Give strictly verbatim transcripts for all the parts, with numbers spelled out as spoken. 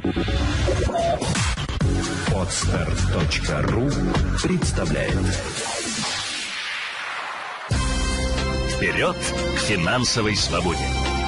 Подстер точка ру представляет. Вперед к финансовой свободе!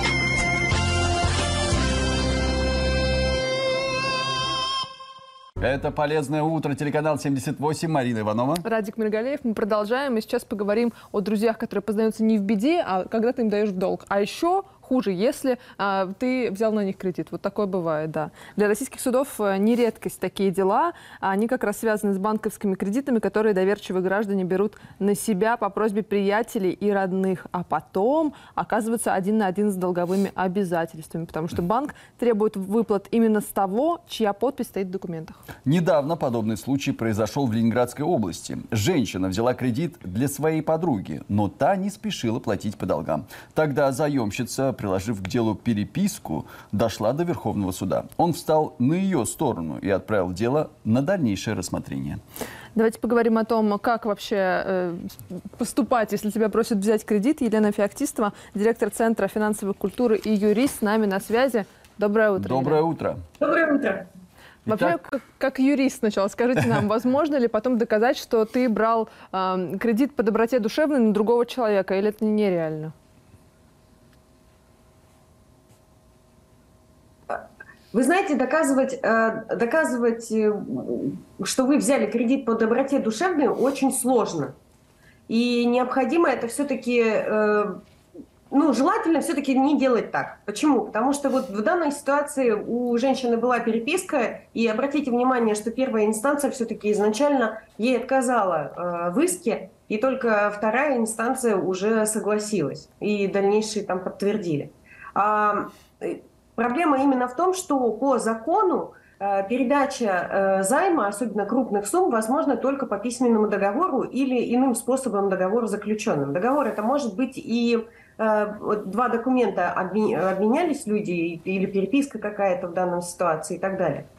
Это «Полезное утро», телеканал семьдесят восемь, Марина Иванова. Радик Миргалеев. Мы продолжаем. И сейчас поговорим о друзьях, которые познаются не в беде, а когда ты им даешь в долг. А еще хуже, если а, ты взял на них кредит. Вот такое бывает, да. Для российских судов не редкость такие дела. Они как раз связаны с банковскими кредитами, которые доверчивые граждане берут на себя по просьбе приятелей и родных. А потом оказываются один на один с долговыми обязательствами. Потому что банк требует выплат именно с того, чья подпись стоит в документах. Недавно подобный случай произошел в Ленинградской области. Женщина взяла кредит для своей подруги, но та не спешила платить по долгам. Тогда заемщица, приложив к делу переписку, дошла до Верховного суда. Он встал на ее сторону и отправил дело на дальнейшее рассмотрение. Давайте поговорим о том, как вообще э, поступать, если тебя просят взять кредит. Елена Феоктистова, директор Центра финансовой культуры и юрист, с нами на связи. Доброе утро. Доброе Елена. утро. Доброе утро. Вообще, как, как юрист сначала, скажите нам, возможно ли потом доказать, что ты брал э, кредит по доброте душевной на другого человека, или это нереально? Вы знаете, доказывать, доказывать, что вы взяли кредит по доброте душевной, очень сложно. И необходимо это все-таки, ну, желательно все-таки не делать так. Почему? Потому что вот в данной ситуации у женщины была переписка, и обратите внимание, что первая инстанция все-таки изначально ей отказала в иске, и только вторая инстанция уже согласилась, и дальнейшие там подтвердили. Проблема именно в том, что по закону э, передача э, займа, особенно крупных сумм, возможна только по письменному договору или иным способом договору заключенным. Договор это может быть и э, два документа обменялись люди, или переписка какая-то в данной ситуации и так далее.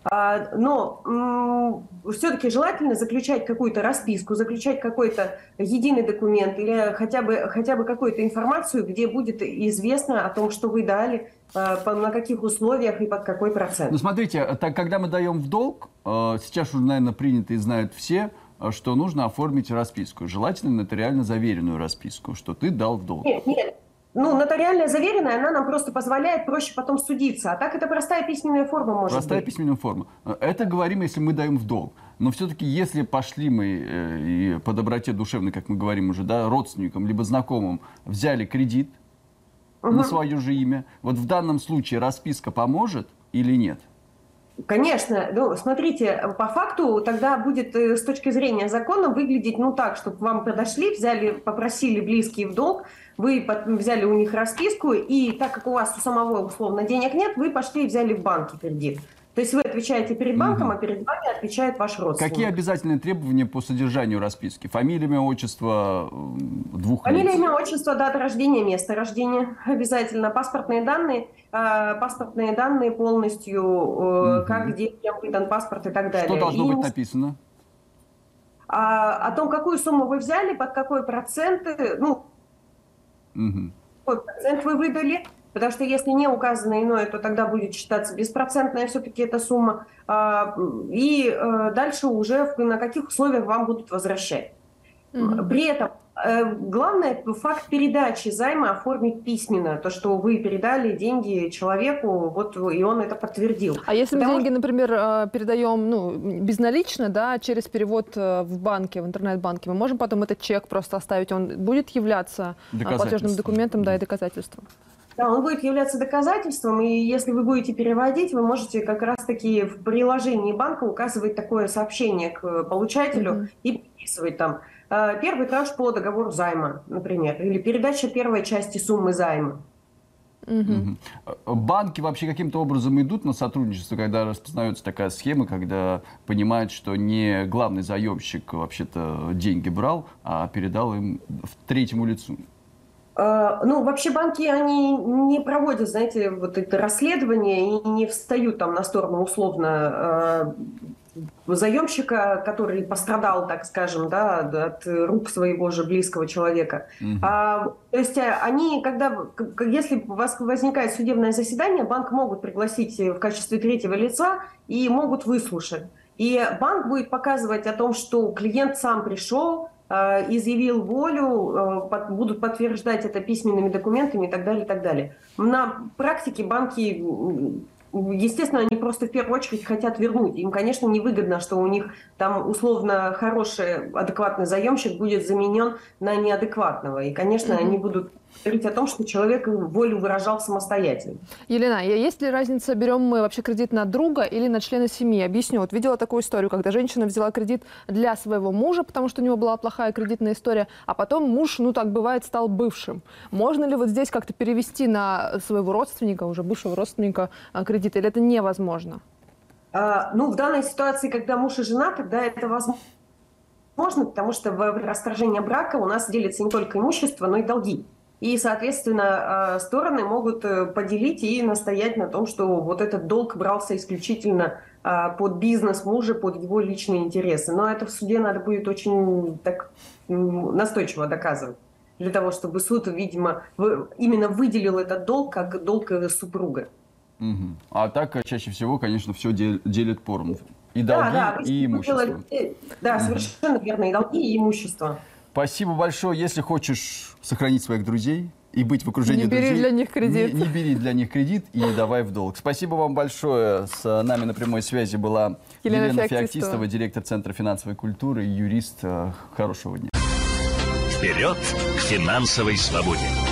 Но все-таки желательно заключать какую-то расписку, заключать какой-то единый документ или хотя бы, хотя бы какую-то информацию, где будет известно о том, что вы дали, на каких условиях и под какой процент. Ну, смотрите, так, когда мы даем в долг, сейчас уже, наверное, принято и знают все, что нужно оформить расписку. Желательно нотариально заверенную расписку, что ты дал в долг. Нет, нет. Ну, нотариально заверенная, она нам просто позволяет проще потом судиться. А так это простая письменная форма может Простая быть. письменная форма. Это говорим, если мы даем в долг. Но все-таки, если пошли мы э, и по доброте душевной, как мы говорим уже, да, родственникам, либо знакомым, взяли кредит угу. на свое же имя, вот в данном случае расписка поможет или нет? Конечно. Ну, смотрите, по факту тогда будет с точки зрения закона выглядеть ну так, чтобы вам подошли, взяли, попросили близкие в долг, вы взяли у них расписку, и так как у вас у самого условно денег нет, вы пошли и взяли в банке кредит. То есть вы отвечаете перед банком, угу. а перед вами отвечает ваш родственник. Какие обязательные требования по содержанию расписки? Фамилия, имя, отчество двух Фамилия, лиц? имя, отчество, дата рождения, место рождения обязательно. Паспортные данные, э, паспортные данные полностью, э, угу. как, где, кем выдан паспорт и так далее. Что должно и быть написано? А, о том, какую сумму вы взяли, под какой процент, ну, угу. какой процент вы выдали. Потому что если не указано иное, то тогда будет считаться беспроцентная все-таки эта сумма. И дальше уже на каких условиях вам будут возвращать. Mm-hmm. При этом главное факт передачи займа оформить письменно. То, что вы передали деньги человеку, вот и он это подтвердил. А если Потому мы деньги, например, передаем ну, безналично, да, через перевод в банке, в интернет-банке, мы можем потом этот чек просто оставить, он будет являться платежным документом, да, и доказательством? Да, он будет являться доказательством, и если вы будете переводить, вы можете как раз-таки в приложении банка указывать такое сообщение к получателю mm-hmm. и подписывать там первый транш по договору займа, например, или передача первой части суммы займа. Mm-hmm. Банки вообще каким-то образом идут на сотрудничество, когда распознается такая схема, когда понимают, что не главный заемщик вообще-то деньги брал, а передал им третьему лицу? Ну, вообще банки, они не проводят, знаете, вот это расследование и не встают там на сторону условно заемщика, который пострадал, так скажем, да, от рук своего же близкого человека. Mm-hmm. А, то есть они, когда, если у вас возникает судебное заседание, банк могут пригласить в качестве третьего лица и могут выслушать. И банк будет показывать о том, что клиент сам пришел, изъявил волю, будут подтверждать это письменными документами и так далее, и так далее. На практике банки, естественно, они просто в первую очередь хотят вернуть. Им, конечно, невыгодно, что у них там условно хороший, адекватный заемщик будет заменен на неадекватного. И, конечно, mm-hmm. они будут говорить о том, что человек волю выражал самостоятельно. Елена, есть ли разница, берем мы вообще кредит на друга или на члена семьи? Объясню. Вот видела такую историю, когда женщина взяла кредит для своего мужа, потому что у него была плохая кредитная история, а потом муж, ну так бывает, стал бывшим. Можно ли вот здесь как-то перевести на своего родственника, уже бывшего родственника, кредит, или это невозможно? А, ну, в данной ситуации, когда муж и жена, тогда это возможно. Можно, потому что в расторжении брака у нас делится не только имущество, но и долги. И, соответственно, стороны могут поделить и настоять на том, что вот этот долг брался исключительно под бизнес мужа, под его личные интересы. Но это в суде надо будет очень так настойчиво доказывать, для того, чтобы суд, видимо, именно выделил этот долг как долг супруга. Угу. А так, чаще всего, конечно, все делят поровну. И долги, да, да, и имущество. Делать, да, совершенно верно, и долги, и имущество. Спасибо большое. Если хочешь сохранить своих друзей и быть в окружении не друзей... Не бери для них кредит. Не, не бери для них кредит и давай в долг. Спасибо вам большое. С нами на прямой связи была Елена, Елена Феоктистова. Феоктистова, директор Центра финансовой культуры и юрист. Хорошего дня. Вперед к финансовой свободе!